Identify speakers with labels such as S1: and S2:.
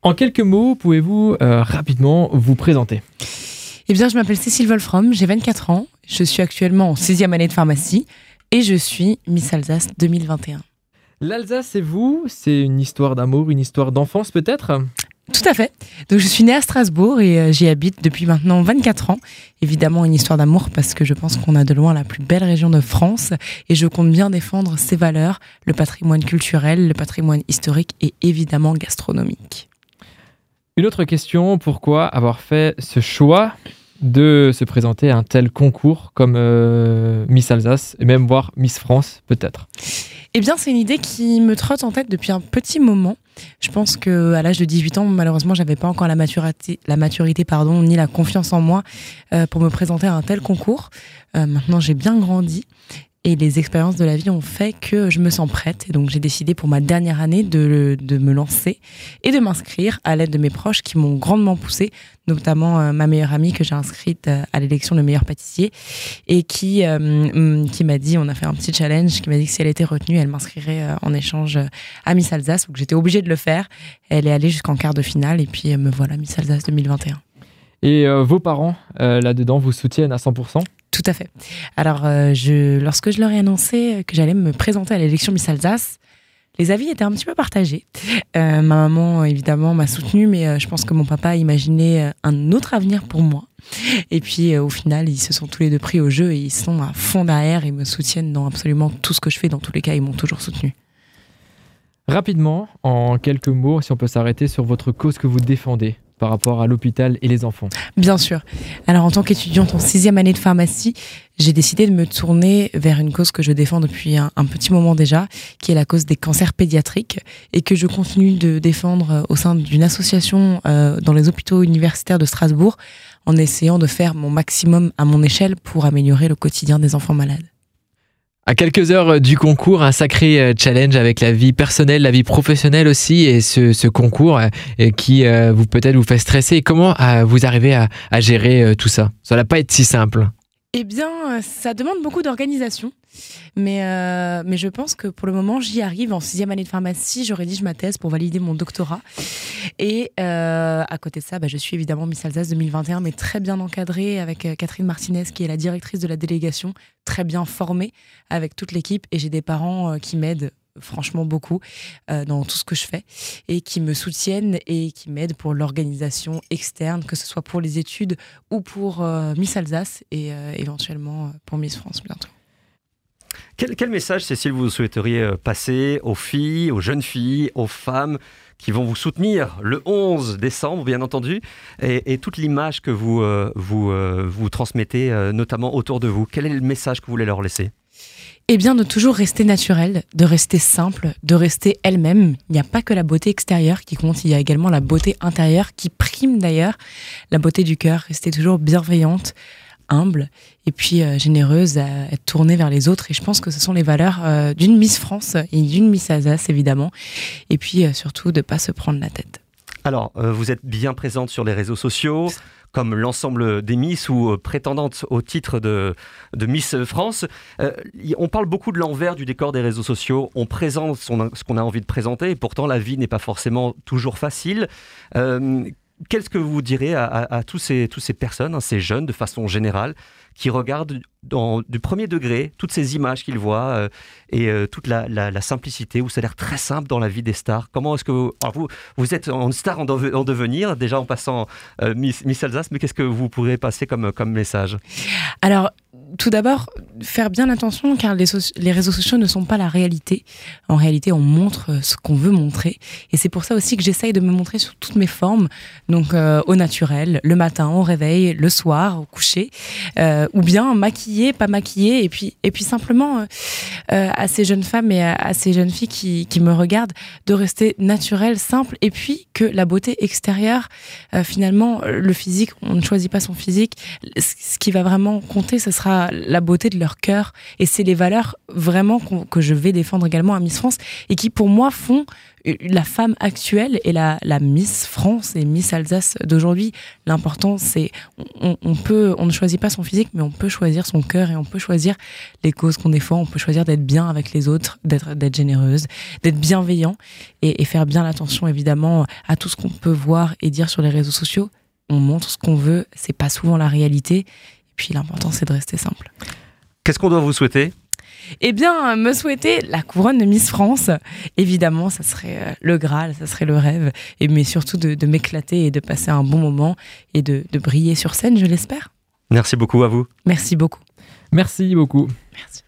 S1: En quelques mots, pouvez-vous rapidement vous présenter ?
S2: Eh bien, je m'appelle Cécile Wolfrom, j'ai 24 ans, je suis actuellement en 6e année de pharmacie et je suis Miss Alsace 2021.
S1: L'Alsace et vous, c'est une histoire d'amour, une histoire d'enfance peut-être ?
S2: Tout à fait. Donc, je suis née à Strasbourg et j'y habite depuis maintenant 24 ans. Évidemment, une histoire d'amour parce que je pense qu'on a de loin la plus belle région de France et je compte bien défendre ses valeurs, le patrimoine culturel, le patrimoine historique et évidemment gastronomique.
S1: Une autre question, pourquoi avoir fait ce choix de se présenter à un tel concours comme Miss Alsace et même voire Miss France peut-être ?
S2: Eh bien, c'est une idée qui me trotte en tête depuis un petit moment. Je pense qu'à l'âge de 18 ans, malheureusement, j'avais pas encore la maturité, ni la confiance en moi pour me présenter à un tel concours. Maintenant, j'ai bien grandi. Et les expériences de la vie ont fait que je me sens prête. Et donc, j'ai décidé pour ma dernière année de me lancer et de m'inscrire à l'aide de mes proches qui m'ont grandement poussée, notamment ma meilleure amie que j'ai inscrite à l'élection de meilleur pâtissier et qui m'a dit, on a fait un petit challenge, qui m'a dit que si elle était retenue, elle m'inscrirait en échange à Miss Alsace. Donc, j'étais obligée de le faire. Elle est allée jusqu'en quart de finale et puis me voilà Miss Alsace 2021.
S1: Et vos parents, là-dedans, vous soutiennent à 100%?
S2: Tout à fait. Alors, lorsque je leur ai annoncé que j'allais me présenter à l'élection Miss Alsace, les avis étaient un petit peu partagés. Ma maman, évidemment, m'a soutenue, mais je pense que mon papa imaginait un autre avenir pour moi. Et puis, au final, ils se sont tous les deux pris au jeu et ils sont à fond derrière et me soutiennent dans absolument tout ce que je fais. Dans tous les cas, ils m'ont toujours soutenue.
S1: Rapidement, en quelques mots, si on peut s'arrêter sur votre cause que vous défendez par rapport à l'hôpital et les enfants.
S2: Bien sûr. Alors, en tant qu'étudiante en 6e année de pharmacie, j'ai décidé de me tourner vers une cause que je défends depuis un petit moment déjà, qui est la cause des cancers pédiatriques et que je continue de défendre au sein d'une association dans les hôpitaux universitaires de Strasbourg en essayant de faire mon maximum à mon échelle pour améliorer le quotidien des enfants malades.
S1: À quelques heures du concours, un sacré challenge avec la vie personnelle, la vie professionnelle aussi, et ce concours qui peut-être vous fait stresser. Comment vous arrivez à gérer tout ça ? Ça ne va pas être si simple.
S2: Eh bien, ça demande beaucoup d'organisation, mais je pense que pour le moment, j'y arrive. En 6e année de pharmacie, je rédige ma thèse pour valider mon doctorat. Et à côté de ça, je suis évidemment Miss Alsace 2021, mais très bien encadrée avec Catherine Martinez, qui est la directrice de la délégation, très bien formée avec toute l'équipe. Et j'ai des parents qui m'aident franchement beaucoup dans tout ce que je fais et qui me soutiennent et qui m'aident pour l'organisation externe, que ce soit pour les études ou pour Miss Alsace et éventuellement pour Miss France bientôt.
S3: Quel message, Cécile, vous souhaiteriez passer aux filles, aux jeunes filles, aux femmes qui vont vous soutenir le 11 décembre, bien entendu, et toute l'image que vous transmettez, notamment autour de vous? Quel est le message que vous voulez leur laisser?
S2: Eh bien, de toujours rester naturelle, de rester simple, de rester elle-même. Il n'y a pas que la beauté extérieure qui compte, il y a également la beauté intérieure qui prime d'ailleurs la beauté du cœur. Rester toujours bienveillante, humble et puis généreuse, à être tournée vers les autres. Et je pense que ce sont les valeurs d'une Miss France et d'une Miss Alsace, évidemment. Et puis surtout, de ne pas se prendre la tête.
S3: Alors, vous êtes bien présente sur les réseaux sociaux, comme l'ensemble des Miss ou prétendantes au titre de Miss France. On parle beaucoup de l'envers du décor des réseaux sociaux. On présente ce qu'on a envie de présenter, et pourtant la vie n'est pas forcément toujours facile. Qu'est-ce que vous direz à tous ces personnes, ces jeunes de façon générale, qui regardent du premier degré toutes ces images qu'ils voient et toute la simplicité où ça a l'air très simple dans la vie des stars? Comment est-ce que vous êtes une star en devenir, déjà en passant Miss Alsace, mais qu'est-ce que vous pourrez passer comme message?
S2: Alors, tout d'abord, faire bien attention car les réseaux sociaux ne sont pas la réalité. En réalité, on montre ce qu'on veut montrer. Et c'est pour ça aussi que j'essaye de me montrer sur toutes mes formes. Donc, au naturel, le matin, au réveil, le soir, au coucher. Ou bien maquillée, pas maquillée. Et puis simplement, à ces jeunes femmes et à ces jeunes filles qui me regardent, de rester naturelle, simple. Et puis que la beauté extérieure, finalement, le physique, on ne choisit pas son physique. Ce qui va vraiment compter, ce sera la beauté de leur cœur. Et c'est les valeurs vraiment que je vais défendre également à Miss France et qui, pour moi, font la femme actuelle et la Miss France et Miss Alsace d'aujourd'hui. L'important, c'est on ne choisit pas son physique, mais on peut choisir son cœur et on peut choisir les causes qu'on défend. On peut choisir d'être bien avec les autres, d'être généreuse, d'être bienveillant et faire bien attention, évidemment, à tout ce qu'on peut voir et dire sur les réseaux sociaux. On montre ce qu'on veut, c'est pas souvent la réalité. Et puis l'important, c'est de rester simple.
S3: Qu'est-ce qu'on doit vous souhaiter ?
S2: Eh bien, me souhaiter la couronne de Miss France. Évidemment, ça serait le Graal, ça serait le rêve. Mais surtout de m'éclater et de passer un bon moment et de briller sur scène, je l'espère.
S3: Merci beaucoup à vous.
S2: Merci beaucoup.
S1: Merci beaucoup.
S2: Merci.